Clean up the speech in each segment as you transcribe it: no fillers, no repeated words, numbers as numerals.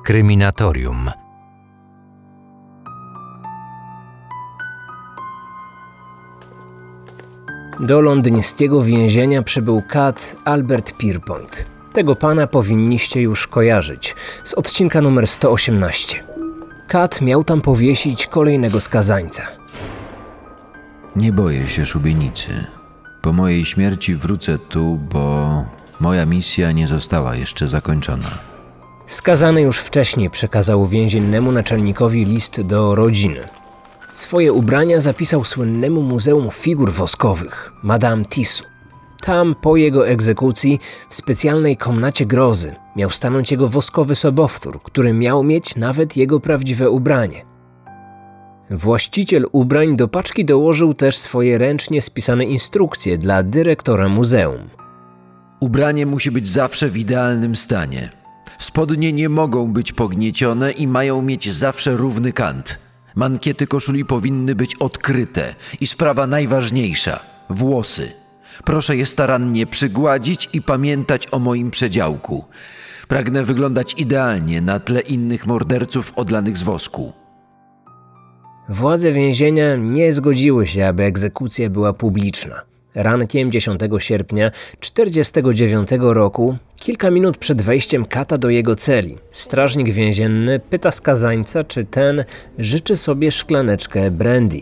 Kryminatorium. Do londyńskiego więzienia przybył kat Albert Pierpoint. Tego pana powinniście już kojarzyć z odcinka numer 118. Kat miał tam powiesić kolejnego skazańca. Nie boję się szubienicy. Po mojej śmierci wrócę tu, bo moja misja nie została jeszcze zakończona. Skazany już wcześniej przekazał więziennemu naczelnikowi list do rodziny. Swoje ubrania zapisał słynnemu Muzeum Figur Woskowych, Madame Tissot. Tam po jego egzekucji w specjalnej komnacie grozy miał stanąć jego woskowy sobowtór, który miał mieć nawet jego prawdziwe ubranie. Właściciel ubrań do paczki dołożył też swoje ręcznie spisane instrukcje dla dyrektora muzeum. Ubranie musi być zawsze w idealnym stanie. Spodnie nie mogą być pogniecione i mają mieć zawsze równy kant. Mankiety koszuli powinny być odkryte i sprawa najważniejsza – włosy. Proszę je starannie przygładzić i pamiętać o moim przedziałku. Pragnę wyglądać idealnie na tle innych morderców odlanych z wosku. Władze więzienia nie zgodziły się, aby egzekucja była publiczna. Rankiem 10 sierpnia 1949 roku, kilka minut przed wejściem kata do jego celi, strażnik więzienny pyta skazańca, czy ten życzy sobie szklaneczkę brandy.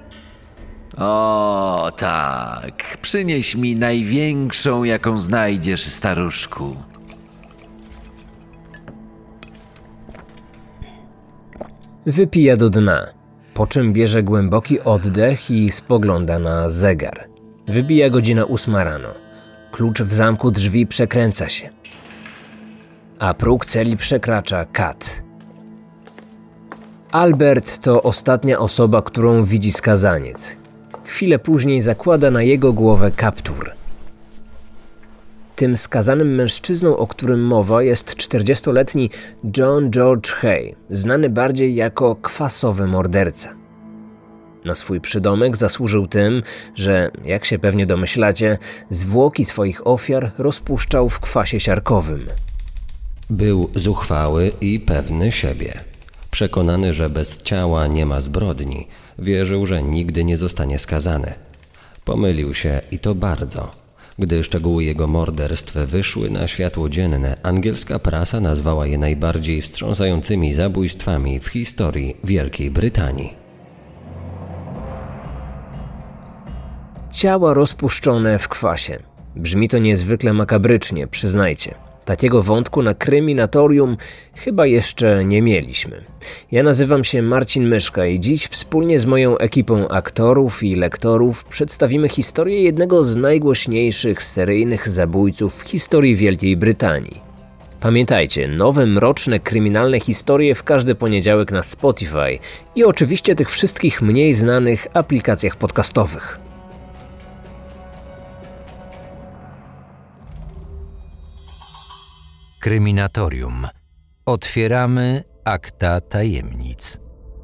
O, tak. Przynieś mi największą, jaką znajdziesz, staruszku. Wypija do dna, po czym bierze głęboki oddech i spogląda na zegar. Wybija godzina 8 rano. Klucz w zamku drzwi przekręca się, a próg celi przekracza kat. Albert to ostatnia osoba, którą widzi skazaniec. Chwilę później zakłada na jego głowę kaptur. Tym skazanym mężczyzną, o którym mowa, jest 40-letni John George Hay, znany bardziej jako kwasowy morderca. Na swój przydomek zasłużył tym, że, jak się pewnie domyślacie, zwłoki swoich ofiar rozpuszczał w kwasie siarkowym. Był zuchwały i pewny siebie. Przekonany, że bez ciała nie ma zbrodni, wierzył, że nigdy nie zostanie skazany. Pomylił się i to bardzo. Gdy szczegóły jego morderstw wyszły na światło dzienne, angielska prasa nazwała je najbardziej wstrząsającymi zabójstwami w historii Wielkiej Brytanii. Ciała rozpuszczone w kwasie. Brzmi to niezwykle makabrycznie, przyznajcie. Takiego wątku na kryminatorium chyba jeszcze nie mieliśmy. Ja nazywam się Marcin Myszka i dziś wspólnie z moją ekipą aktorów i lektorów przedstawimy historię jednego z najgłośniejszych seryjnych zabójców w historii Wielkiej Brytanii. Pamiętajcie, nowe mroczne kryminalne historie w każdy poniedziałek na Spotify i oczywiście tych wszystkich mniej znanych aplikacjach podcastowych. Kryminatorium. Otwieramy akta tajemnic.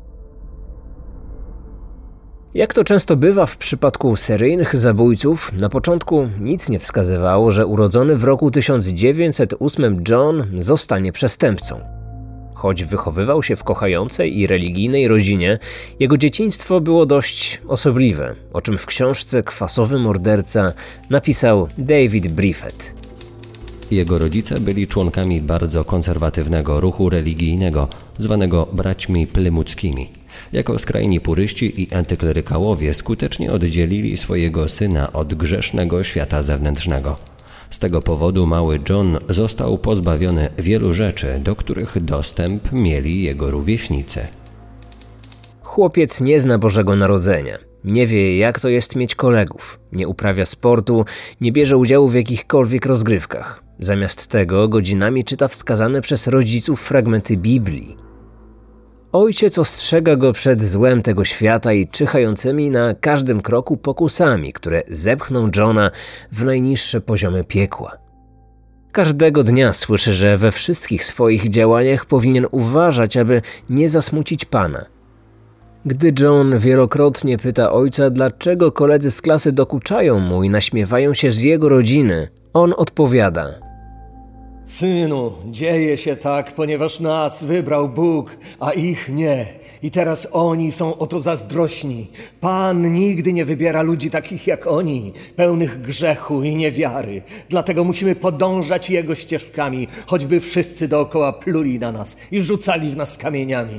Jak to często bywa w przypadku seryjnych zabójców, na początku nic nie wskazywało, że urodzony w roku 1908 John zostanie przestępcą. Choć wychowywał się w kochającej i religijnej rodzinie, jego dzieciństwo było dość osobliwe, o czym w książce Kwasowy morderca napisał David Briffett. Jego rodzice byli członkami bardzo konserwatywnego ruchu religijnego, zwanego braćmi plymuckimi. Jako skrajni puryści i antyklerykałowie skutecznie oddzielili swojego syna od grzesznego świata zewnętrznego. Z tego powodu mały John został pozbawiony wielu rzeczy, do których dostęp mieli jego rówieśnicy. Chłopiec nie zna Bożego Narodzenia. Nie wie, jak to jest mieć kolegów. Nie uprawia sportu, nie bierze udziału w jakichkolwiek rozgrywkach. Zamiast tego godzinami czyta wskazane przez rodziców fragmenty Biblii. Ojciec ostrzega go przed złem tego świata i czyhającymi na każdym kroku pokusami, które zepchną Johna w najniższe poziomy piekła. Każdego dnia słyszy, że we wszystkich swoich działaniach powinien uważać, aby nie zasmucić Pana. Gdy John wielokrotnie pyta ojca, dlaczego koledzy z klasy dokuczają mu i naśmiewają się z jego rodziny, on odpowiada: Synu, dzieje się tak, ponieważ nas wybrał Bóg, a ich nie. I teraz oni są o to zazdrośni. Pan nigdy nie wybiera ludzi takich jak oni, pełnych grzechu i niewiary. Dlatego musimy podążać Jego ścieżkami, choćby wszyscy dookoła pluli na nas i rzucali w nas kamieniami.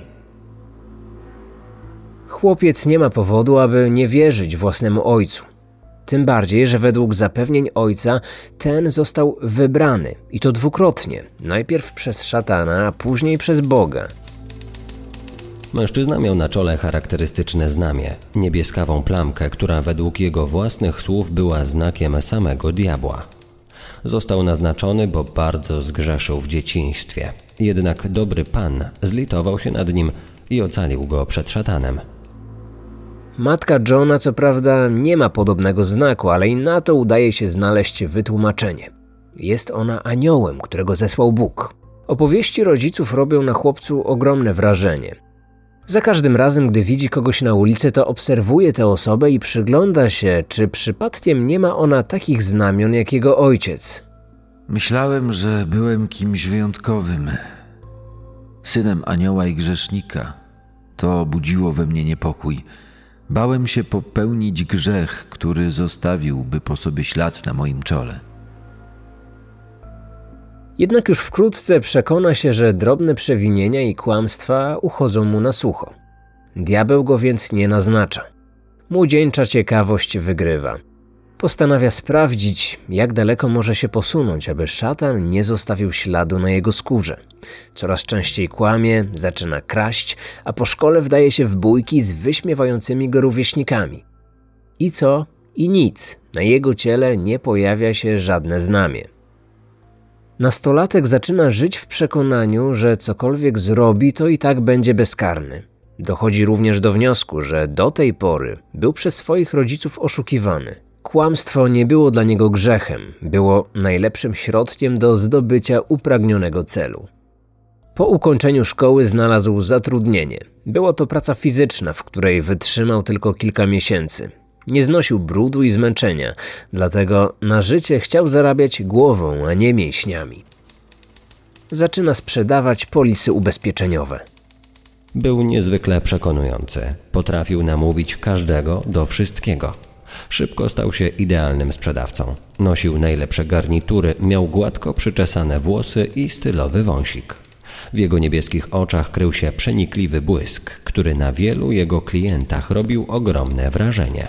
Chłopiec nie ma powodu, aby nie wierzyć własnemu ojcu. Tym bardziej, że według zapewnień ojca ten został wybrany i to dwukrotnie. Najpierw przez szatana, a później przez Boga. Mężczyzna miał na czole charakterystyczne znamię, niebieskawą plamkę, która według jego własnych słów była znakiem samego diabła. Został naznaczony, bo bardzo zgrzeszył w dzieciństwie. Jednak dobry Pan zlitował się nad nim i ocalił go przed szatanem. Matka Johna co prawda nie ma podobnego znaku, ale i na to udaje się znaleźć wytłumaczenie. Jest ona aniołem, którego zesłał Bóg. Opowieści rodziców robią na chłopcu ogromne wrażenie. Za każdym razem, gdy widzi kogoś na ulicy, to obserwuje tę osobę i przygląda się, czy przypadkiem nie ma ona takich znamion jak jego ojciec. Myślałem, że byłem kimś wyjątkowym. Synem anioła i grzesznika. To budziło we mnie niepokój. Bałem się popełnić grzech, który zostawiłby po sobie ślad na moim czole. Jednak już wkrótce przekona się, że drobne przewinienia i kłamstwa uchodzą mu na sucho. Diabeł go więc nie naznacza. Młodzieńcza ciekawość wygrywa. Postanawia sprawdzić, jak daleko może się posunąć, aby szatan nie zostawił śladu na jego skórze. Coraz częściej kłamie, zaczyna kraść, a po szkole wdaje się w bójki z wyśmiewającymi go rówieśnikami. I co? I nic. Na jego ciele nie pojawia się żadne znamie. Nastolatek zaczyna żyć w przekonaniu, że cokolwiek zrobi, to i tak będzie bezkarny. Dochodzi również do wniosku, że do tej pory był przez swoich rodziców oszukiwany. Kłamstwo nie było dla niego grzechem, było najlepszym środkiem do zdobycia upragnionego celu. Po ukończeniu szkoły znalazł zatrudnienie. Było to praca fizyczna, w której wytrzymał tylko kilka miesięcy. Nie znosił brudu i zmęczenia, dlatego na życie chciał zarabiać głową, a nie mięśniami. Zaczyna sprzedawać polisy ubezpieczeniowe. Był niezwykle przekonujący. Potrafił namówić każdego do wszystkiego. Szybko stał się idealnym sprzedawcą. Nosił najlepsze garnitury, miał gładko przyczesane włosy i stylowy wąsik. W jego niebieskich oczach krył się przenikliwy błysk, który na wielu jego klientach robił ogromne wrażenie.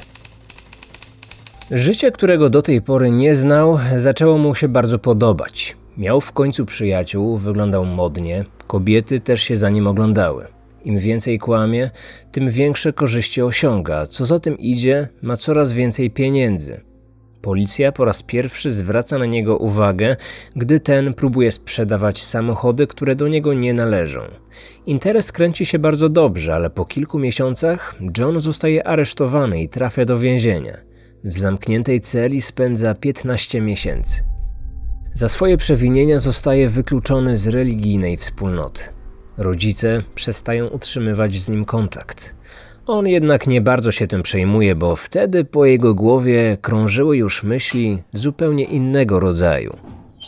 Życie, którego do tej pory nie znał, zaczęło mu się bardzo podobać. Miał w końcu przyjaciół, wyglądał modnie, kobiety też się za nim oglądały. Im więcej kłamie, tym większe korzyści osiąga, co za tym idzie, ma coraz więcej pieniędzy. Policja po raz pierwszy zwraca na niego uwagę, gdy ten próbuje sprzedawać samochody, które do niego nie należą. Interes kręci się bardzo dobrze, ale po kilku miesiącach John zostaje aresztowany i trafia do więzienia. W zamkniętej celi spędza 15 miesięcy. Za swoje przewinienia zostaje wykluczony z religijnej wspólnoty. Rodzice przestają utrzymywać z nim kontakt. On jednak nie bardzo się tym przejmuje, bo wtedy po jego głowie krążyły już myśli zupełnie innego rodzaju.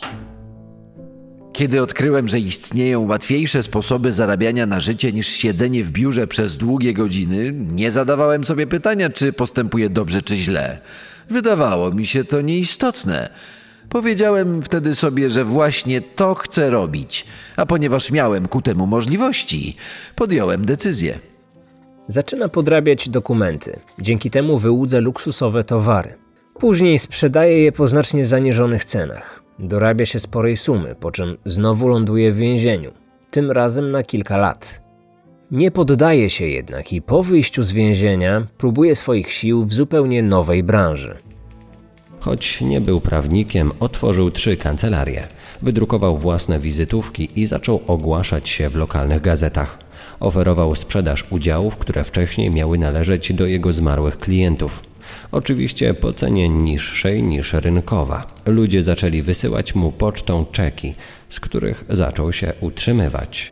Kiedy odkryłem, że istnieją łatwiejsze sposoby zarabiania na życie niż siedzenie w biurze przez długie godziny, nie zadawałem sobie pytania, czy postępuję dobrze czy źle. Wydawało mi się to nieistotne. Powiedziałem wtedy sobie, że właśnie to chcę robić, a ponieważ miałem ku temu możliwości, podjąłem decyzję. Zaczyna podrabiać dokumenty. Dzięki temu wyłudza luksusowe towary. Później sprzedaje je po znacznie zaniżonych cenach. Dorabia się sporej sumy, po czym znowu ląduje w więzieniu. Tym razem na kilka lat. Nie poddaje się jednak i po wyjściu z więzienia próbuje swoich sił w zupełnie nowej branży. Choć nie był prawnikiem, otworzył 3 kancelarie. Wydrukował własne wizytówki i zaczął ogłaszać się w lokalnych gazetach. Oferował sprzedaż udziałów, które wcześniej miały należeć do jego zmarłych klientów. Oczywiście po cenie niższej niż rynkowa. Ludzie zaczęli wysyłać mu pocztą czeki, z których zaczął się utrzymywać.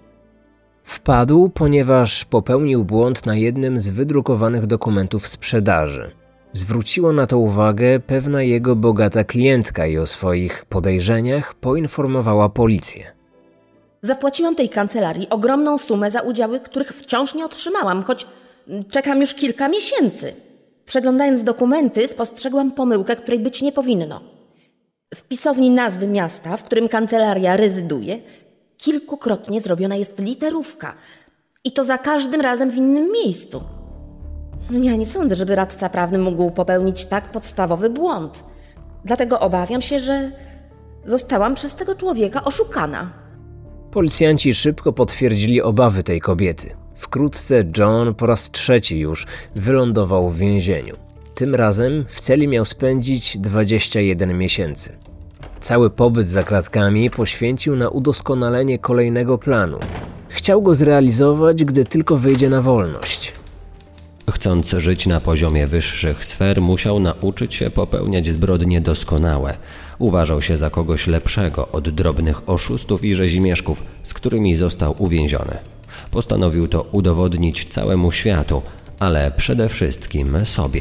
Wpadł, ponieważ popełnił błąd na jednym z wydrukowanych dokumentów sprzedaży. Zwróciła na to uwagę pewna jego bogata klientka i o swoich podejrzeniach poinformowała policję. Zapłaciłam tej kancelarii ogromną sumę za udziały, których wciąż nie otrzymałam, choć czekam już kilka miesięcy. Przeglądając dokumenty, spostrzegłam pomyłkę, której być nie powinno. W pisowni nazwy miasta, w którym kancelaria rezyduje, kilkukrotnie zrobiona jest literówka. I to za każdym razem w innym miejscu. Ja nie sądzę, żeby radca prawny mógł popełnić tak podstawowy błąd. Dlatego obawiam się, że zostałam przez tego człowieka oszukana. Policjanci szybko potwierdzili obawy tej kobiety. Wkrótce John po raz trzeci już wylądował w więzieniu. Tym razem w celi miał spędzić 21 miesięcy. Cały pobyt za kratkami poświęcił na udoskonalenie kolejnego planu. Chciał go zrealizować, gdy tylko wyjdzie na wolność. Chcąc żyć na poziomie wyższych sfer, musiał nauczyć się popełniać zbrodnie doskonałe. Uważał się za kogoś lepszego od drobnych oszustów i rzezimieszków, z którymi został uwięziony. Postanowił to udowodnić całemu światu, ale przede wszystkim sobie.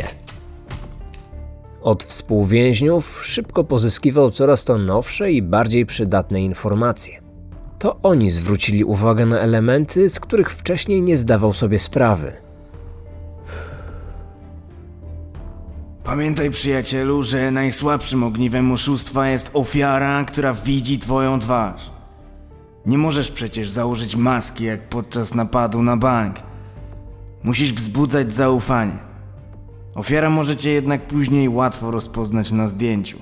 Od współwięźniów szybko pozyskiwał coraz to nowsze i bardziej przydatne informacje. To oni zwrócili uwagę na elementy, z których wcześniej nie zdawał sobie sprawy. Pamiętaj, przyjacielu, że najsłabszym ogniwem oszustwa jest ofiara, która widzi twoją twarz. Nie możesz przecież założyć maski jak podczas napadu na bank. Musisz wzbudzać zaufanie. Ofiara może cię jednak później łatwo rozpoznać na zdjęciu.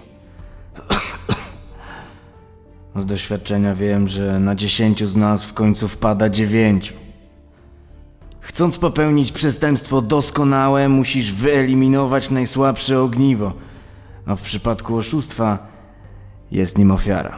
Z doświadczenia wiem, że na 10 z nas w końcu wpada 9. Chcąc popełnić przestępstwo doskonałe, musisz wyeliminować najsłabsze ogniwo, a w przypadku oszustwa jest nim ofiara.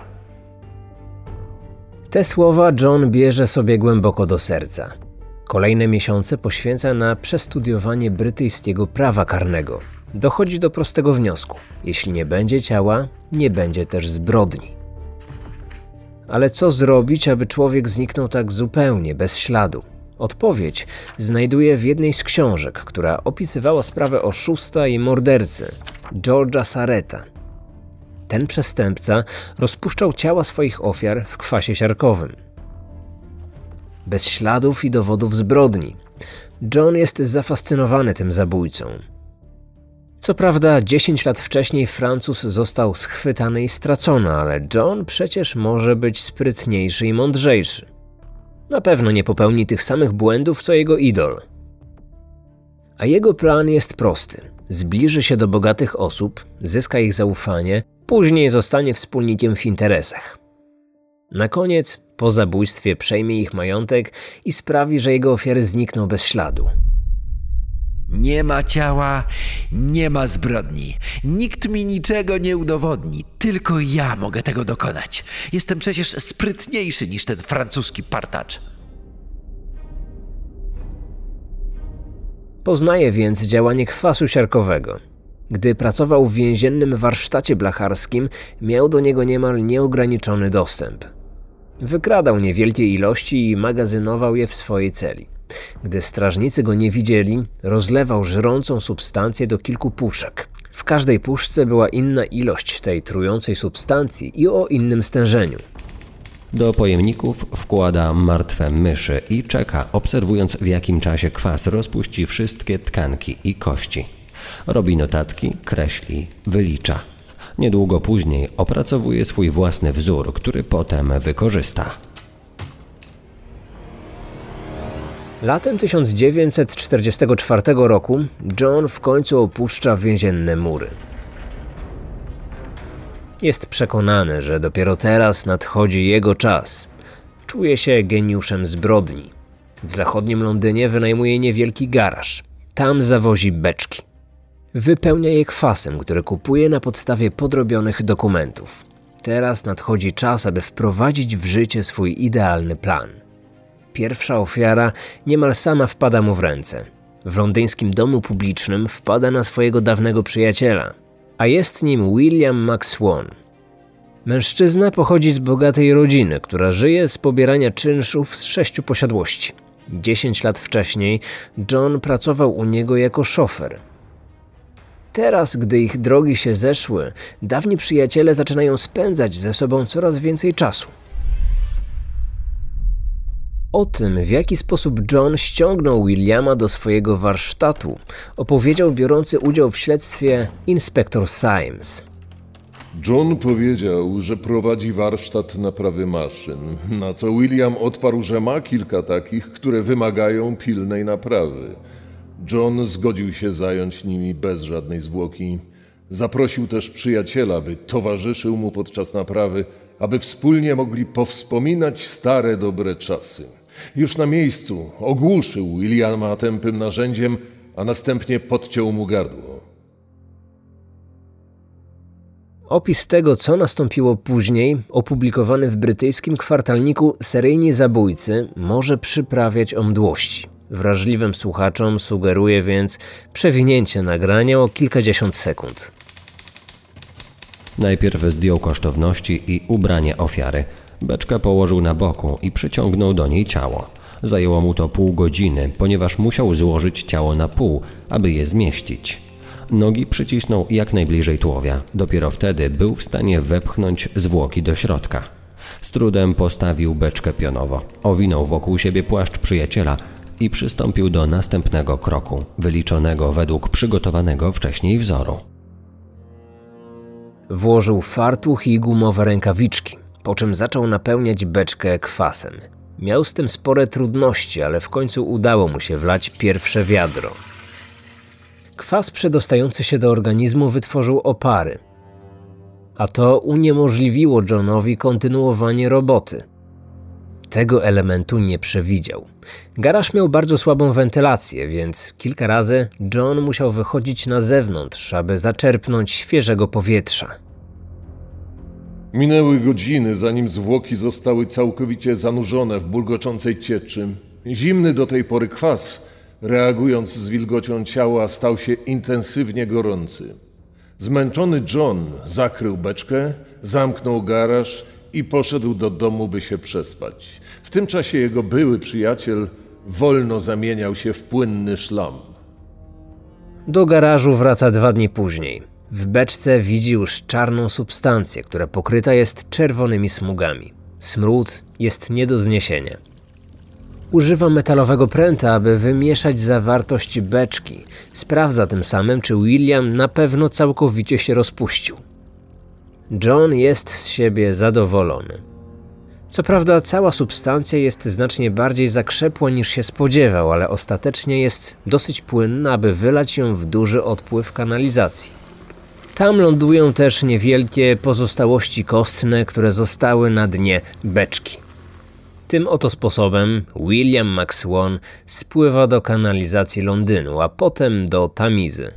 Te słowa John bierze sobie głęboko do serca. Kolejne miesiące poświęca na przestudiowanie brytyjskiego prawa karnego. Dochodzi do prostego wniosku. Jeśli nie będzie ciała, nie będzie też zbrodni. Ale co zrobić, aby człowiek zniknął tak zupełnie, bez śladu? Odpowiedź znajduje w jednej z książek, która opisywała sprawę oszusta i mordercy, George'a Sareta. Ten przestępca rozpuszczał ciała swoich ofiar w kwasie siarkowym. Bez śladów i dowodów zbrodni. John jest zafascynowany tym zabójcą. Co prawda 10 lat wcześniej Francuz został schwytany i stracony, ale John przecież może być sprytniejszy i mądrzejszy. Na pewno nie popełni tych samych błędów, co jego idol. A jego plan jest prosty. Zbliży się do bogatych osób, zyska ich zaufanie, później zostanie wspólnikiem w interesach. Na koniec, po zabójstwie, przejmie ich majątek i sprawi, że jego ofiary znikną bez śladu. Nie ma ciała, nie ma zbrodni. Nikt mi niczego nie udowodni. Tylko ja mogę tego dokonać. Jestem przecież sprytniejszy niż ten francuski partacz. Poznaje więc działanie kwasu siarkowego. Gdy pracował w więziennym warsztacie blacharskim, miał do niego niemal nieograniczony dostęp. Wykradał niewielkie ilości i magazynował je w swojej celi. Gdy strażnicy go nie widzieli, rozlewał żrącą substancję do kilku puszek. W każdej puszce była inna ilość tej trującej substancji i o innym stężeniu. Do pojemników wkłada martwe myszy i czeka, obserwując, w jakim czasie kwas rozpuści wszystkie tkanki i kości. Robi notatki, kreśli, wylicza. Niedługo później opracowuje swój własny wzór, który potem wykorzysta. Latem 1944 roku John w końcu opuszcza więzienne mury. Jest przekonany, że dopiero teraz nadchodzi jego czas. Czuje się geniuszem zbrodni. W zachodnim Londynie wynajmuje niewielki garaż. Tam zawozi beczki. Wypełnia je kwasem, który kupuje na podstawie podrobionych dokumentów. Teraz nadchodzi czas, aby wprowadzić w życie swój idealny plan. Pierwsza ofiara niemal sama wpada mu w ręce. W londyńskim domu publicznym wpada na swojego dawnego przyjaciela, a jest nim William McSwan. Mężczyzna pochodzi z bogatej rodziny, która żyje z pobierania czynszów z 6 posiadłości. 10 lat wcześniej John pracował u niego jako szofer. Teraz, gdy ich drogi się zeszły, dawni przyjaciele zaczynają spędzać ze sobą coraz więcej czasu. O tym, w jaki sposób John ściągnął Williama do swojego warsztatu, opowiedział biorący udział w śledztwie inspektor Symes. John powiedział, że prowadzi warsztat naprawy maszyn, na co William odparł, że ma kilka takich, które wymagają pilnej naprawy. John zgodził się zająć nimi bez żadnej zwłoki. Zaprosił też przyjaciela, by towarzyszył mu podczas naprawy, aby wspólnie mogli powspominać stare, dobre czasy. Już na miejscu ogłuszył Williama tępym narzędziem, a następnie podciął mu gardło. Opis tego, co nastąpiło później, opublikowany w brytyjskim kwartalniku Seryjni Zabójcy, może przyprawiać o mdłości. Wrażliwym słuchaczom sugeruje więc przewinięcie nagrania o kilkadziesiąt sekund. Najpierw zdjął kosztowności i ubranie ofiary. Beczkę położył na boku i przyciągnął do niej ciało. Zajęło mu to pół godziny, ponieważ musiał złożyć ciało na pół, aby je zmieścić. Nogi przycisnął jak najbliżej tułowia. Dopiero wtedy był w stanie wepchnąć zwłoki do środka. Z trudem postawił beczkę pionowo. Owinął wokół siebie płaszcz przyjaciela i przystąpił do następnego kroku, wyliczonego według przygotowanego wcześniej wzoru. Włożył fartuch i gumowe rękawiczki, po czym zaczął napełniać beczkę kwasem. Miał z tym spore trudności, ale w końcu udało mu się wlać pierwsze wiadro. Kwas przedostający się do organizmu wytworzył opary, a to uniemożliwiło Johnowi kontynuowanie roboty. Tego elementu nie przewidział. Garaż miał bardzo słabą wentylację, więc kilka razy John musiał wychodzić na zewnątrz, aby zaczerpnąć świeżego powietrza. Minęły godziny, zanim zwłoki zostały całkowicie zanurzone w bulgoczącej cieczy. Zimny do tej pory kwas, reagując z wilgocią ciała, stał się intensywnie gorący. Zmęczony John zakrył beczkę, zamknął garaż i poszedł do domu, by się przespać. W tym czasie jego były przyjaciel wolno zamieniał się w płynny szlam. Do garażu wraca 2 dni później. W beczce widzi już czarną substancję, która pokryta jest czerwonymi smugami. Smród jest nie do zniesienia. Używa metalowego pręta, aby wymieszać zawartość beczki. Sprawdza tym samym, czy William na pewno całkowicie się rozpuścił. John jest z siebie zadowolony. Co prawda cała substancja jest znacznie bardziej zakrzepła niż się spodziewał, ale ostatecznie jest dosyć płynna, aby wylać ją w duży odpływ kanalizacji. Tam lądują też niewielkie pozostałości kostne, które zostały na dnie beczki. Tym oto sposobem William McSwan spływa do kanalizacji Londynu, a potem do Tamizy.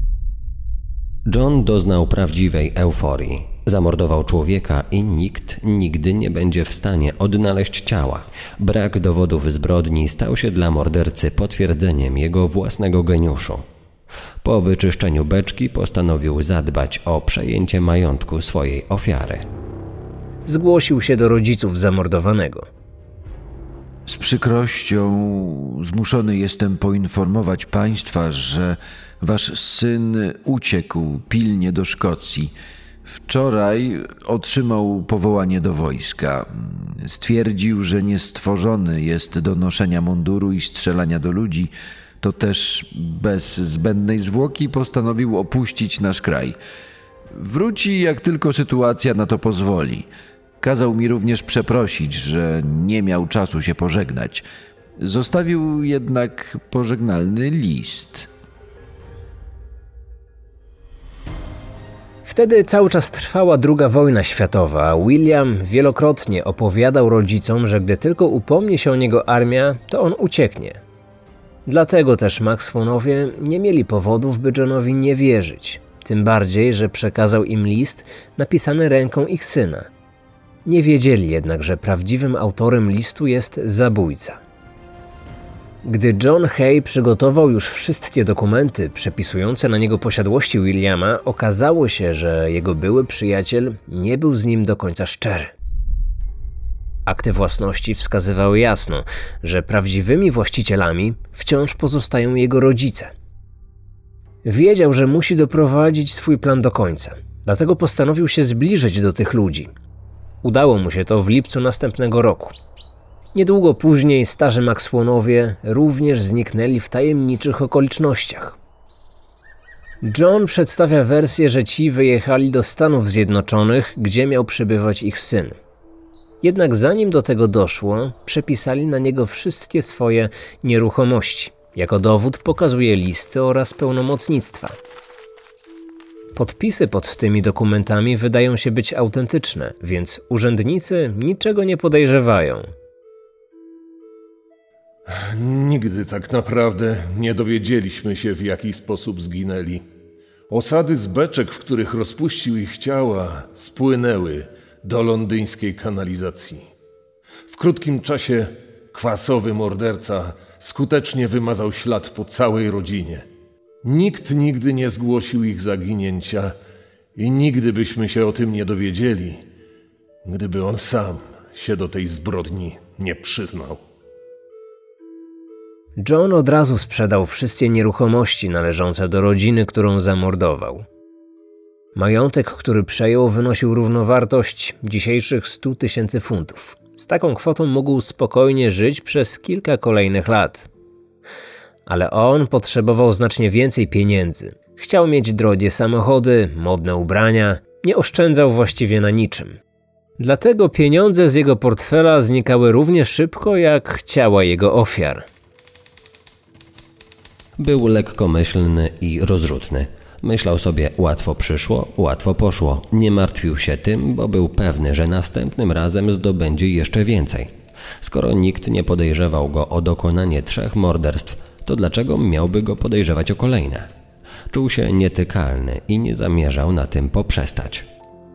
John doznał prawdziwej euforii. Zamordował człowieka i nikt nigdy nie będzie w stanie odnaleźć ciała. Brak dowodów zbrodni stał się dla mordercy potwierdzeniem jego własnego geniuszu. Po wyczyszczeniu beczki postanowił zadbać o przejęcie majątku swojej ofiary. Zgłosił się do rodziców zamordowanego. Z przykrością zmuszony jestem poinformować państwa, że wasz syn uciekł pilnie do Szkocji. Wczoraj otrzymał powołanie do wojska. Stwierdził, że niestworzony jest do noszenia munduru i strzelania do ludzi. To też bez zbędnej zwłoki postanowił opuścić nasz kraj. Wróci, jak tylko sytuacja na to pozwoli. Kazał mi również przeprosić, że nie miał czasu się pożegnać. Zostawił jednak pożegnalny list. Wtedy cały czas trwała II wojna światowa, a William wielokrotnie opowiadał rodzicom, że gdy tylko upomni się o niego armia, to on ucieknie. Dlatego też McSwanowie nie mieli powodów, by Johnowi nie wierzyć. Tym bardziej, że przekazał im list napisany ręką ich syna. Nie wiedzieli jednak, że prawdziwym autorem listu jest zabójca. Gdy John Hay przygotował już wszystkie dokumenty przepisujące na niego posiadłości Williama, okazało się, że jego były przyjaciel nie był z nim do końca szczery. Akty własności wskazywały jasno, że prawdziwymi właścicielami wciąż pozostają jego rodzice. Wiedział, że musi doprowadzić swój plan do końca, dlatego postanowił się zbliżyć do tych ludzi. Udało mu się to w lipcu następnego roku. Niedługo później starzy Maxwellowie również zniknęli w tajemniczych okolicznościach. John przedstawia wersję, że ci wyjechali do Stanów Zjednoczonych, gdzie miał przebywać ich syn. Jednak zanim do tego doszło, przepisali na niego wszystkie swoje nieruchomości. Jako dowód pokazuje listy oraz pełnomocnictwa. Podpisy pod tymi dokumentami wydają się być autentyczne, więc urzędnicy niczego nie podejrzewają. Nigdy tak naprawdę nie dowiedzieliśmy się, w jaki sposób zginęli. Osady z beczek, w których rozpuścił ich ciała, spłynęły do londyńskiej kanalizacji. W krótkim czasie kwasowy morderca skutecznie wymazał ślad po całej rodzinie. Nikt nigdy nie zgłosił ich zaginięcia i nigdy byśmy się o tym nie dowiedzieli, gdyby on sam się do tej zbrodni nie przyznał. John od razu sprzedał wszystkie nieruchomości należące do rodziny, którą zamordował. Majątek, który przejął, wynosił równowartość dzisiejszych 100 000 funtów. Z taką kwotą mógł spokojnie żyć przez kilka kolejnych lat. Ale on potrzebował znacznie więcej pieniędzy. Chciał mieć drogie samochody, modne ubrania, nie oszczędzał właściwie na niczym. Dlatego pieniądze z jego portfela znikały równie szybko jak ciała jego ofiar. Był lekkomyślny i rozrzutny. Myślał sobie, łatwo przyszło, łatwo poszło. Nie martwił się tym, bo był pewny, że następnym razem zdobędzie jeszcze więcej. Skoro nikt nie podejrzewał go o dokonanie 3 morderstw, to dlaczego miałby go podejrzewać o kolejne? Czuł się nietykalny i nie zamierzał na tym poprzestać.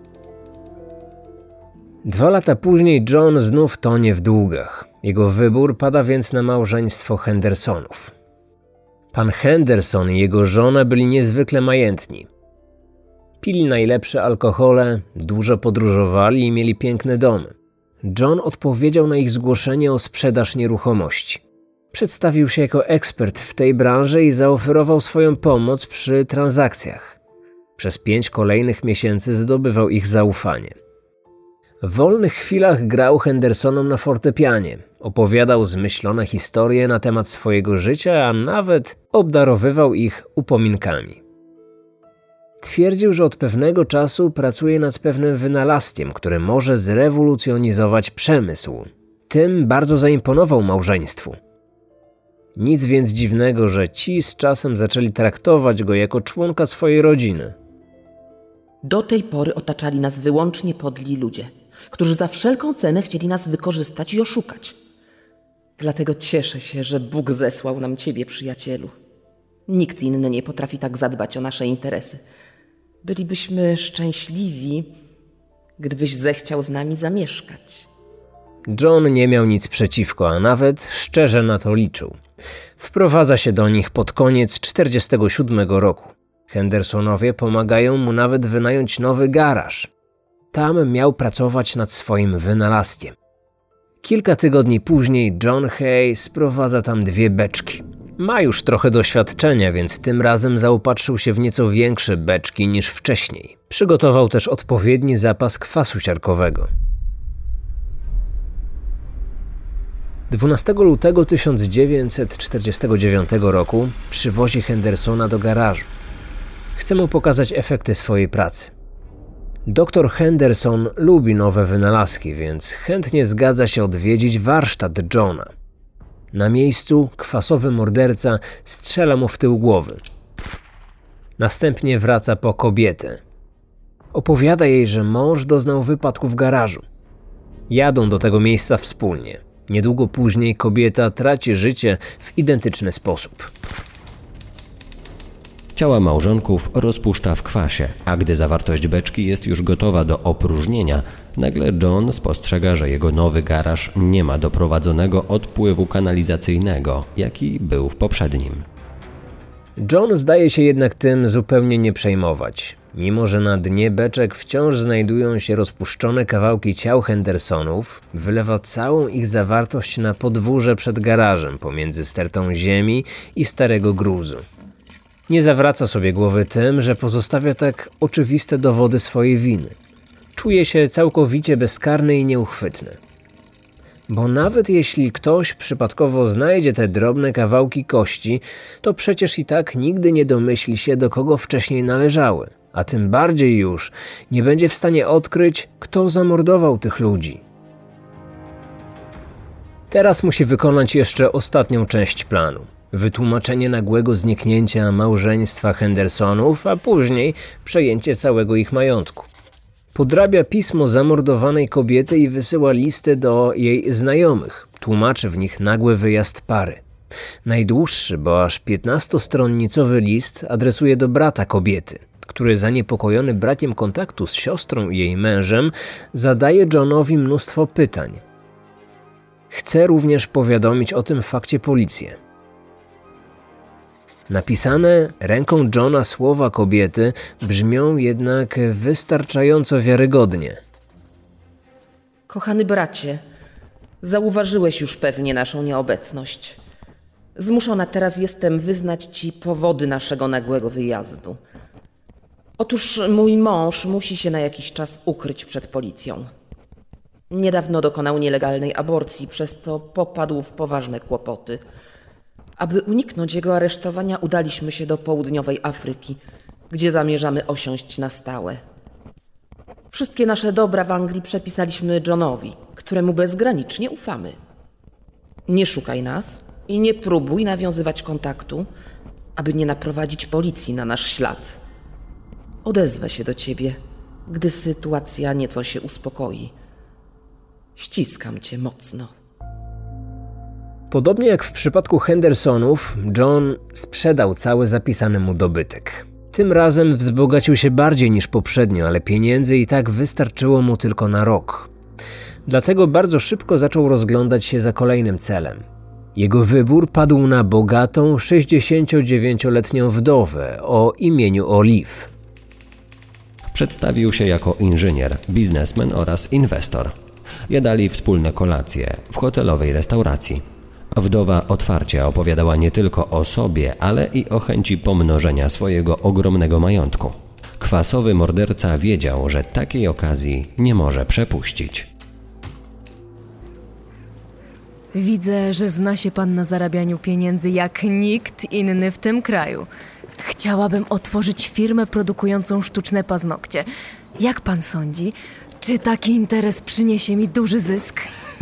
2 lata później John znów tonie w długach. Jego wybór pada więc na małżeństwo Hendersonów. Pan Henderson i jego żona byli niezwykle majętni. Pili najlepsze alkohole, dużo podróżowali i mieli piękne domy. John odpowiedział na ich zgłoszenie o sprzedaż nieruchomości. Przedstawił się jako ekspert w tej branży i zaoferował swoją pomoc przy transakcjach. Przez 5 kolejnych miesięcy zdobywał ich zaufanie. W wolnych chwilach grał Hendersonom na fortepianie, opowiadał zmyślone historie na temat swojego życia, a nawet obdarowywał ich upominkami. Twierdził, że od pewnego czasu pracuje nad pewnym wynalazkiem, który może zrewolucjonizować przemysł. Tym bardzo zaimponował małżeństwu. Nic więc dziwnego, że ci z czasem zaczęli traktować go jako członka swojej rodziny. Do tej pory otaczali nas wyłącznie podli ludzie, którzy za wszelką cenę chcieli nas wykorzystać i oszukać. Dlatego cieszę się, że Bóg zesłał nam ciebie, przyjacielu. Nikt inny nie potrafi tak zadbać o nasze interesy. Bylibyśmy szczęśliwi, gdybyś zechciał z nami zamieszkać. John nie miał nic przeciwko, a nawet szczerze na to liczył. Wprowadza się do nich pod koniec 1947 roku. Hendersonowie pomagają mu nawet wynająć nowy garaż. Tam miał pracować nad swoim wynalazkiem. Kilka tygodni później John Hay sprowadza tam 2 beczki. Ma już trochę doświadczenia, więc tym razem zaopatrzył się w nieco większe beczki niż wcześniej. Przygotował też odpowiedni zapas kwasu siarkowego. 12 lutego 1949 roku przywozi Hendersona do garażu. Chce mu pokazać efekty swojej pracy. Dr Henderson lubi nowe wynalazki, więc chętnie zgadza się odwiedzić warsztat Johna. Na miejscu kwasowy morderca strzela mu w tył głowy. Następnie wraca po kobietę. Opowiada jej, że mąż doznał wypadku w garażu. Jadą do tego miejsca wspólnie. Niedługo później kobieta traci życie w identyczny sposób. Ciała małżonków rozpuszcza w kwasie, a gdy zawartość beczki jest już gotowa do opróżnienia, nagle John spostrzega, że jego nowy garaż nie ma doprowadzonego odpływu kanalizacyjnego, jaki był w poprzednim. John zdaje się jednak tym zupełnie nie przejmować. Mimo że na dnie beczek wciąż znajdują się rozpuszczone kawałki ciał Hendersonów, wylewa całą ich zawartość na podwórze przed garażem pomiędzy stertą ziemi i starego gruzu. Nie zawraca sobie głowy tym, że pozostawia tak oczywiste dowody swojej winy. Czuje się całkowicie bezkarny i nieuchwytny. Bo nawet jeśli ktoś przypadkowo znajdzie te drobne kawałki kości, to przecież i tak nigdy nie domyśli się, do kogo wcześniej należały, a tym bardziej już nie będzie w stanie odkryć, kto zamordował tych ludzi. Teraz musi wykonać jeszcze ostatnią część planu. Wytłumaczenie nagłego zniknięcia małżeństwa Hendersonów, a później przejęcie całego ich majątku. Podrabia pismo zamordowanej kobiety i wysyła listy do jej znajomych. Tłumaczy w nich nagły wyjazd pary. Najdłuższy, bo aż 15-stronnicowy list adresuje do brata kobiety, który zaniepokojony brakiem kontaktu z siostrą i jej mężem zadaje Johnowi mnóstwo pytań. Chce również powiadomić o tym fakcie policję. Napisane ręką Johna słowa kobiety brzmią jednak wystarczająco wiarygodnie. Kochany bracie, zauważyłeś już pewnie naszą nieobecność. Zmuszona teraz jestem wyznać ci powody naszego nagłego wyjazdu. Otóż mój mąż musi się na jakiś czas ukryć przed policją. Niedawno dokonał nielegalnej aborcji, przez co popadł w poważne kłopoty. Aby uniknąć jego aresztowania, udaliśmy się do południowej Afryki, gdzie zamierzamy osiąść na stałe. Wszystkie nasze dobra w Anglii przepisaliśmy Johnowi, któremu bezgranicznie ufamy. Nie szukaj nas i nie próbuj nawiązywać kontaktu, aby nie naprowadzić policji na nasz ślad. Odezwę się do ciebie, gdy sytuacja nieco się uspokoi. Ściskam cię mocno. Podobnie jak w przypadku Hendersonów, John sprzedał cały zapisany mu dobytek. Tym razem wzbogacił się bardziej niż poprzednio, ale pieniędzy i tak wystarczyło mu tylko na rok. Dlatego bardzo szybko zaczął rozglądać się za kolejnym celem. Jego wybór padł na bogatą, 69-letnią wdowę o imieniu Olive. Przedstawił się jako inżynier, biznesmen oraz inwestor. Jadali wspólne kolacje w hotelowej restauracji. Wdowa otwarcie opowiadała nie tylko o sobie, ale i o chęci pomnożenia swojego ogromnego majątku. Kwasowy morderca wiedział, że takiej okazji nie może przepuścić. Widzę, że zna się pan na zarabianiu pieniędzy jak nikt inny w tym kraju. Chciałabym otworzyć firmę produkującą sztuczne paznokcie. Jak pan sądzi, czy taki interes przyniesie mi duży zysk?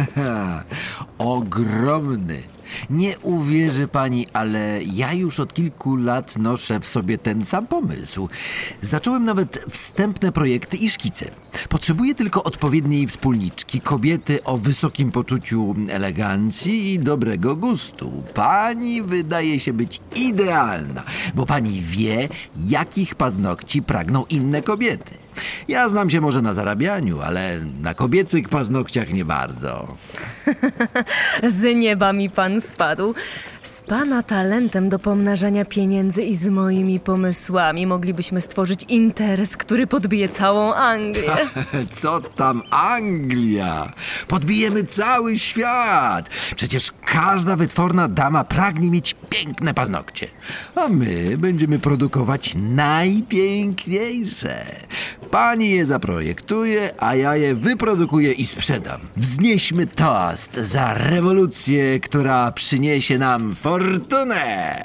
Ogromny. Nie uwierzy pani, ale ja już od kilku lat noszę w sobie ten sam pomysł. Zacząłem nawet wstępne projekty i szkice. Potrzebuję tylko odpowiedniej wspólniczki, kobiety o wysokim poczuciu elegancji i dobrego gustu. Pani wydaje się być idealna, bo pani wie, jakich paznokci pragną inne kobiety. Ja znam się może na zarabianiu, ale na kobiecych paznokciach nie bardzo. Z nieba mi pan spadł. Z pana talentem do pomnażania pieniędzy i z moimi pomysłami moglibyśmy stworzyć interes, który podbije całą Anglię. Co tam Anglia? Podbijemy cały świat. Przecież każda wytworna dama pragnie mieć piękne paznokcie. A my będziemy produkować najpiękniejsze. Pani je zaprojektuje, a ja je wyprodukuję i sprzedam. Wznieśmy toast za rewolucję, która przyniesie nam fortunę.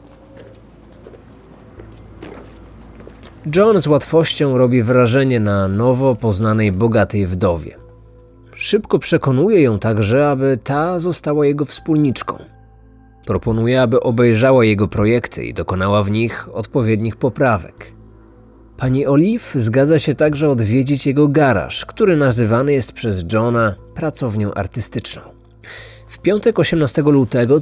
John z łatwością robi wrażenie na nowo poznanej bogatej wdowie. Szybko przekonuje ją także, aby ta została jego wspólniczką. Proponuje, aby obejrzała jego projekty i dokonała w nich odpowiednich poprawek. Pani Olive zgadza się także odwiedzić jego garaż, który nazywany jest przez Johna pracownią artystyczną. W piątek 18 lutego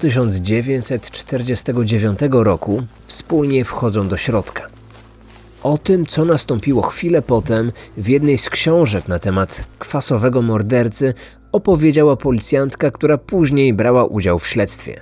1949 roku wspólnie wchodzą do środka. O tym, co nastąpiło chwilę potem, w jednej z książek na temat kwasowego mordercy opowiedziała policjantka, która później brała udział w śledztwie.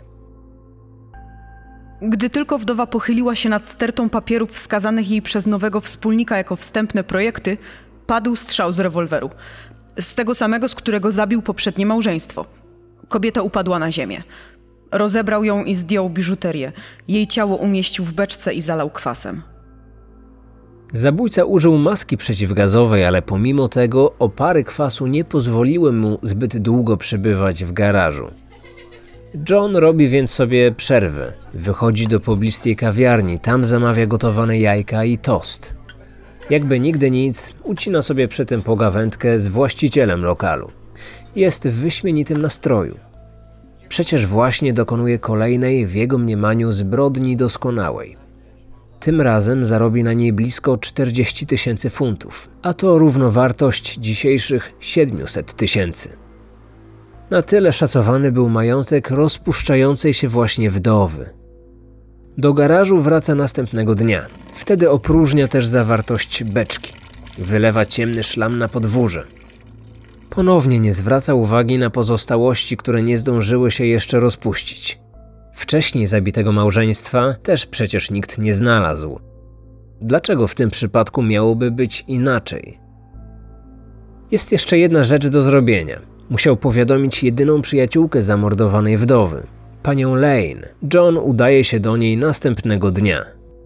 Gdy tylko wdowa pochyliła się nad stertą papierów wskazanych jej przez nowego wspólnika jako wstępne projekty, padł strzał z rewolweru. Z tego samego, z którego zabił poprzednie małżeństwo. Kobieta upadła na ziemię. Rozebrał ją i zdjął biżuterię. Jej ciało umieścił w beczce i zalał kwasem. Zabójca użył maski przeciwgazowej, ale pomimo tego opary kwasu nie pozwoliły mu zbyt długo przebywać w garażu. John robi więc sobie przerwę. Wychodzi do pobliskiej kawiarni, tam zamawia gotowane jajka i tost. Jakby nigdy nic, ucina sobie przy tym pogawędkę z właścicielem lokalu. Jest w wyśmienitym nastroju. Przecież właśnie dokonuje kolejnej w jego mniemaniu zbrodni doskonałej. Tym razem zarobi na niej blisko 40 000 funtów, a to równowartość dzisiejszych 700 000. Na tyle szacowany był majątek rozpuszczającej się właśnie wdowy. Do garażu wraca następnego dnia. Wtedy opróżnia też zawartość beczki. Wylewa ciemny szlam na podwórze. Ponownie nie zwraca uwagi na pozostałości, które nie zdążyły się jeszcze rozpuścić. Wcześniej zabitego małżeństwa też przecież nikt nie znalazł. Dlaczego w tym przypadku miałoby być inaczej? Jest jeszcze jedna rzecz do zrobienia. Musiał powiadomić jedyną przyjaciółkę zamordowanej wdowy, panią Lane. John udaje się do niej następnego dnia.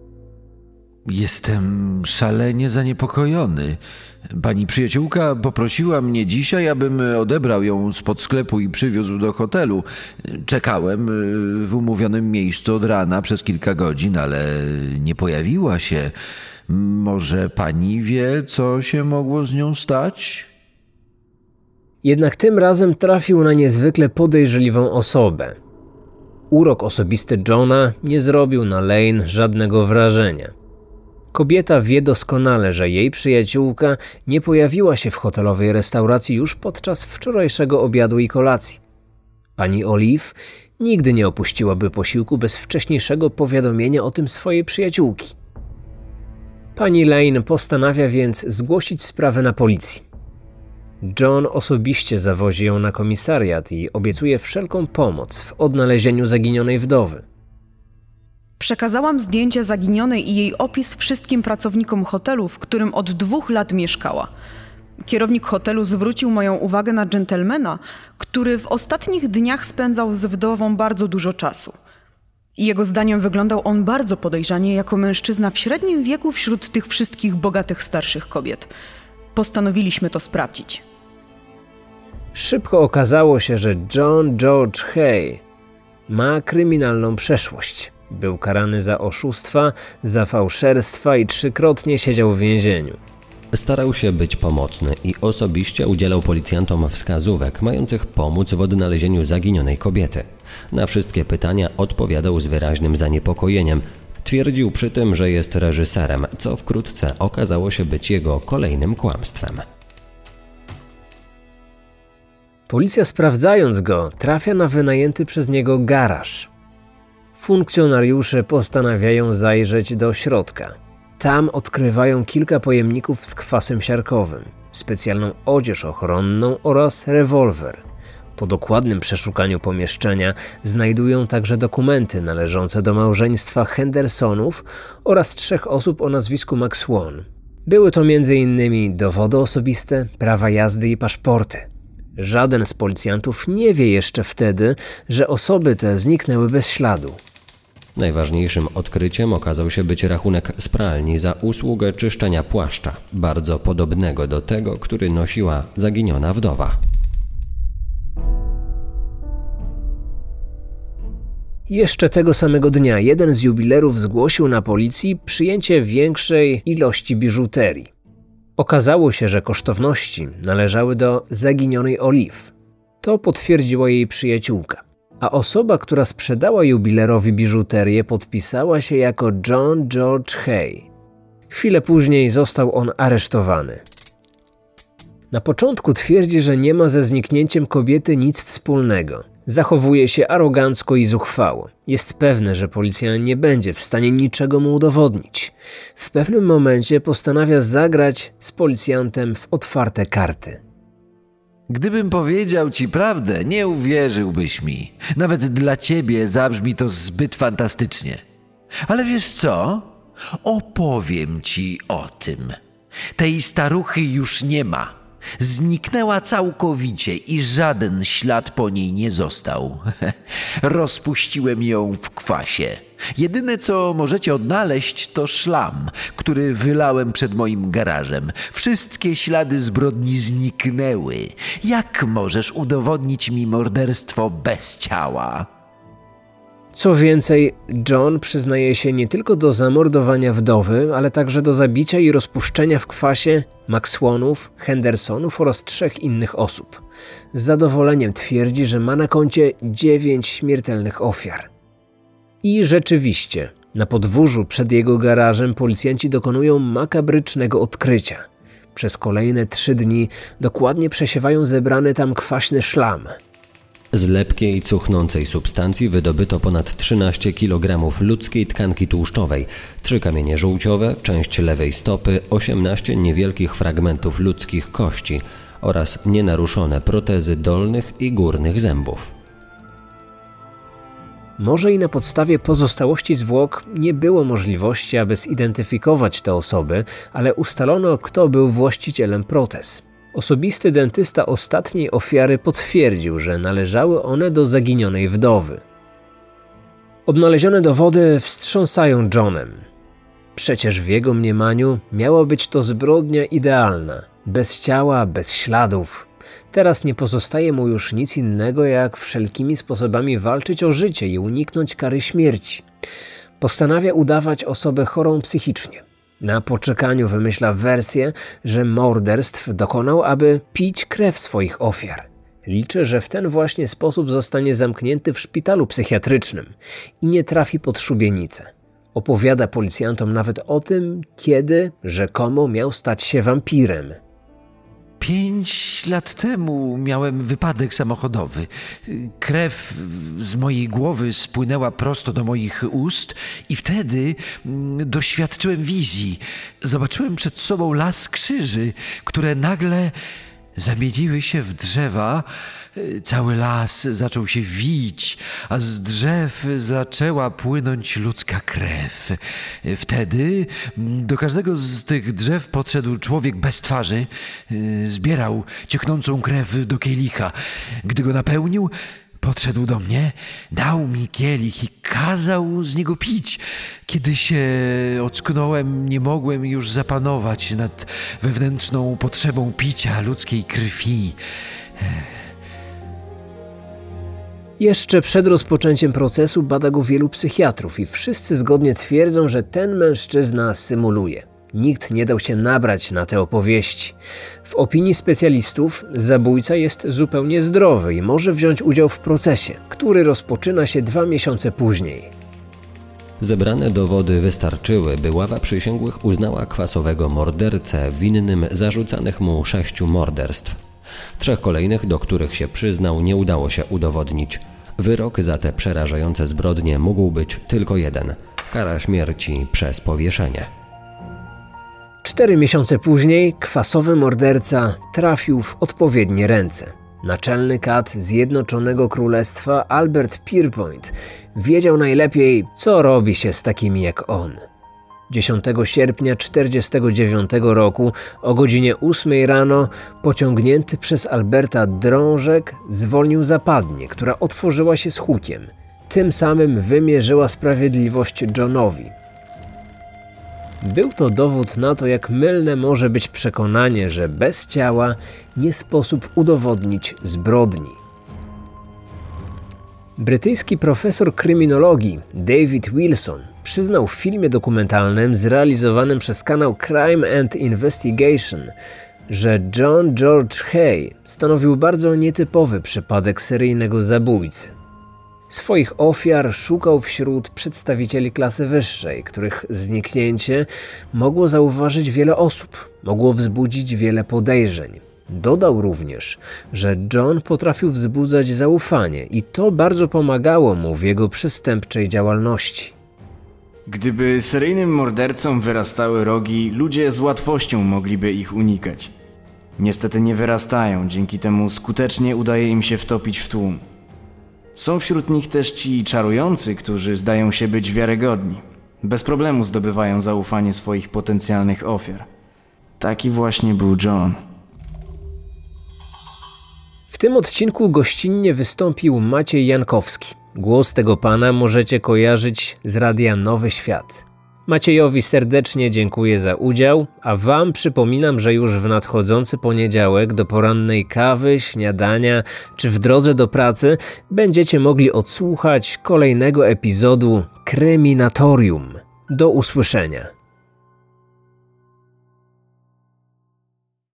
Jestem szalenie zaniepokojony. Pani przyjaciółka poprosiła mnie dzisiaj, abym odebrał ją spod sklepu i przywiózł do hotelu. Czekałem w umówionym miejscu od rana przez kilka godzin, ale nie pojawiła się. Może pani wie, co się mogło z nią stać? Jednak tym razem trafił na niezwykle podejrzliwą osobę. Urok osobisty Johna nie zrobił na Lane żadnego wrażenia. Kobieta wie doskonale, że jej przyjaciółka nie pojawiła się w hotelowej restauracji już podczas wczorajszego obiadu i kolacji. Pani Olive nigdy nie opuściłaby posiłku bez wcześniejszego powiadomienia o tym swojej przyjaciółki. Pani Lane postanawia więc zgłosić sprawę na policji. John osobiście zawozi ją na komisariat i obiecuje wszelką pomoc w odnalezieniu zaginionej wdowy. Przekazałam zdjęcie zaginionej i jej opis wszystkim pracownikom hotelu, w którym od 2 lat mieszkała. Kierownik hotelu zwrócił moją uwagę na dżentelmena, który w ostatnich dniach spędzał z wdową bardzo dużo czasu. Jego zdaniem wyglądał on bardzo podejrzanie jako mężczyzna w średnim wieku wśród tych wszystkich bogatych starszych kobiet. Postanowiliśmy to sprawdzić. Szybko okazało się, że John George Hay ma kryminalną przeszłość. Był karany za oszustwa, za fałszerstwa i 3-krotnie siedział w więzieniu. Starał się być pomocny i osobiście udzielał policjantom wskazówek mających pomóc w odnalezieniu zaginionej kobiety. Na wszystkie pytania odpowiadał z wyraźnym zaniepokojeniem. Twierdził przy tym, że jest reżyserem, co wkrótce okazało się być jego kolejnym kłamstwem. Policja, sprawdzając go, trafia na wynajęty przez niego garaż. Funkcjonariusze postanawiają zajrzeć do środka. Tam odkrywają kilka pojemników z kwasem siarkowym, specjalną odzież ochronną oraz rewolwer. Po dokładnym przeszukaniu pomieszczenia znajdują także dokumenty należące do małżeństwa Hendersonów oraz 3 osób o nazwisku McSwan. Były to m.in. dowody osobiste, prawa jazdy i paszporty. Żaden z policjantów nie wie jeszcze wtedy, że osoby te zniknęły bez śladu. Najważniejszym odkryciem okazał się być rachunek z pralni za usługę czyszczenia płaszcza, bardzo podobnego do tego, który nosiła zaginiona wdowa. Jeszcze tego samego dnia jeden z jubilerów zgłosił na policji przyjęcie większej ilości biżuterii. Okazało się, że kosztowności należały do zaginionej Olive. To potwierdziła jej przyjaciółka. A osoba, która sprzedała jubilerowi biżuterię, podpisała się jako John George Hay. Chwilę później został on aresztowany. Na początku twierdzi, że nie ma ze zniknięciem kobiety nic wspólnego. Zachowuje się arogancko i zuchwało. Jest pewny, że policja nie będzie w stanie niczego mu udowodnić. W pewnym momencie postanawia zagrać z policjantem w otwarte karty. Gdybym powiedział ci prawdę, nie uwierzyłbyś mi. Nawet dla ciebie zabrzmi to zbyt fantastycznie. Ale wiesz co? Opowiem ci o tym. Tej staruchy już nie ma. Zniknęła całkowicie i żaden ślad po niej nie został. Rozpuściłem ją w kwasie. Jedyne, co możecie odnaleźć, to szlam, który wylałem przed moim garażem. Wszystkie ślady zbrodni zniknęły. Jak możesz udowodnić mi morderstwo bez ciała? Co więcej, John przyznaje się nie tylko do zamordowania wdowy, ale także do zabicia i rozpuszczenia w kwasie Maxwellów, Hendersonów oraz 3 innych osób. Z zadowoleniem twierdzi, że ma na koncie 9 śmiertelnych ofiar. I rzeczywiście, na podwórzu przed jego garażem policjanci dokonują makabrycznego odkrycia. Przez kolejne 3 dni dokładnie przesiewają zebrany tam kwaśny szlam. Z lepkiej, cuchnącej substancji wydobyto ponad 13 kg ludzkiej tkanki tłuszczowej, 3 kamienie żółciowe, część lewej stopy, 18 niewielkich fragmentów ludzkich kości oraz nienaruszone protezy dolnych i górnych zębów. Może i na podstawie pozostałości zwłok nie było możliwości, aby zidentyfikować te osoby, ale ustalono, kto był właścicielem protez. Osobisty dentysta ostatniej ofiary potwierdził, że należały one do zaginionej wdowy. Odnalezione dowody wstrząsają Johnem. Przecież w jego mniemaniu miała być to zbrodnia idealna, bez ciała, bez śladów. Teraz nie pozostaje mu już nic innego, jak wszelkimi sposobami walczyć o życie i uniknąć kary śmierci. Postanawia udawać osobę chorą psychicznie. Na poczekaniu wymyśla wersję, że morderstw dokonał, aby pić krew swoich ofiar. Liczy, że w ten właśnie sposób zostanie zamknięty w szpitalu psychiatrycznym i nie trafi pod szubienicę. Opowiada policjantom nawet o tym, kiedy rzekomo miał stać się wampirem. 5 lat temu miałem wypadek samochodowy. Krew z mojej głowy spłynęła prosto do moich ust i wtedy doświadczyłem wizji. Zobaczyłem przed sobą las krzyży, które nagle zamieniły się w drzewa. Cały las zaczął się wić, a z drzew zaczęła płynąć ludzka krew. Wtedy do każdego z tych drzew podszedł człowiek bez twarzy. Zbierał cieknącą krew do kielicha. Gdy go napełnił, podszedł do mnie, dał mi kielich i kazał z niego pić. Kiedy się ocknąłem, nie mogłem już zapanować nad wewnętrzną potrzebą picia ludzkiej krwi. Jeszcze przed rozpoczęciem procesu bada go wielu psychiatrów i wszyscy zgodnie twierdzą, że ten mężczyzna symuluje. Nikt nie dał się nabrać na te opowieści. W opinii specjalistów zabójca jest zupełnie zdrowy i może wziąć udział w procesie, który rozpoczyna się 2 miesiące później. Zebrane dowody wystarczyły, by ława przysięgłych uznała kwasowego mordercę winnym zarzucanych mu 6 morderstw. 3 kolejnych, do których się przyznał, nie udało się udowodnić. Wyrok za te przerażające zbrodnie mógł być tylko jeden – kara śmierci przez powieszenie. 4 miesiące później kwasowy morderca trafił w odpowiednie ręce. Naczelny kat Zjednoczonego Królestwa Albert Pierpoint wiedział najlepiej, co robi się z takimi jak on. 10 sierpnia 1949 roku o godzinie 8 rano pociągnięty przez Alberta drążek zwolnił zapadnię, która otworzyła się z hukiem. Tym samym wymierzyła sprawiedliwość Johnowi. Był to dowód na to, jak mylne może być przekonanie, że bez ciała nie sposób udowodnić zbrodni. Brytyjski profesor kryminologii David Wilson przyznał w filmie dokumentalnym zrealizowanym przez kanał Crime and Investigation, że John George Hay stanowił bardzo nietypowy przypadek seryjnego zabójcy. Swoich ofiar szukał wśród przedstawicieli klasy wyższej, których zniknięcie mogło zauważyć wiele osób, mogło wzbudzić wiele podejrzeń. Dodał również, że John potrafił wzbudzać zaufanie i to bardzo pomagało mu w jego przestępczej działalności. Gdyby seryjnym mordercom wyrastały rogi, ludzie z łatwością mogliby ich unikać. Niestety nie wyrastają, dzięki temu skutecznie udaje im się wtopić w tłum. Są wśród nich też ci czarujący, którzy zdają się być wiarygodni. Bez problemu zdobywają zaufanie swoich potencjalnych ofiar. Taki właśnie był John. W tym odcinku gościnnie wystąpił Maciej Jankowski. Głos tego pana możecie kojarzyć z radia Nowy Świat. Maciejowi serdecznie dziękuję za udział, a wam przypominam, że już w nadchodzący poniedziałek do porannej kawy, śniadania czy w drodze do pracy będziecie mogli odsłuchać kolejnego epizodu Kryminatorium. Do usłyszenia.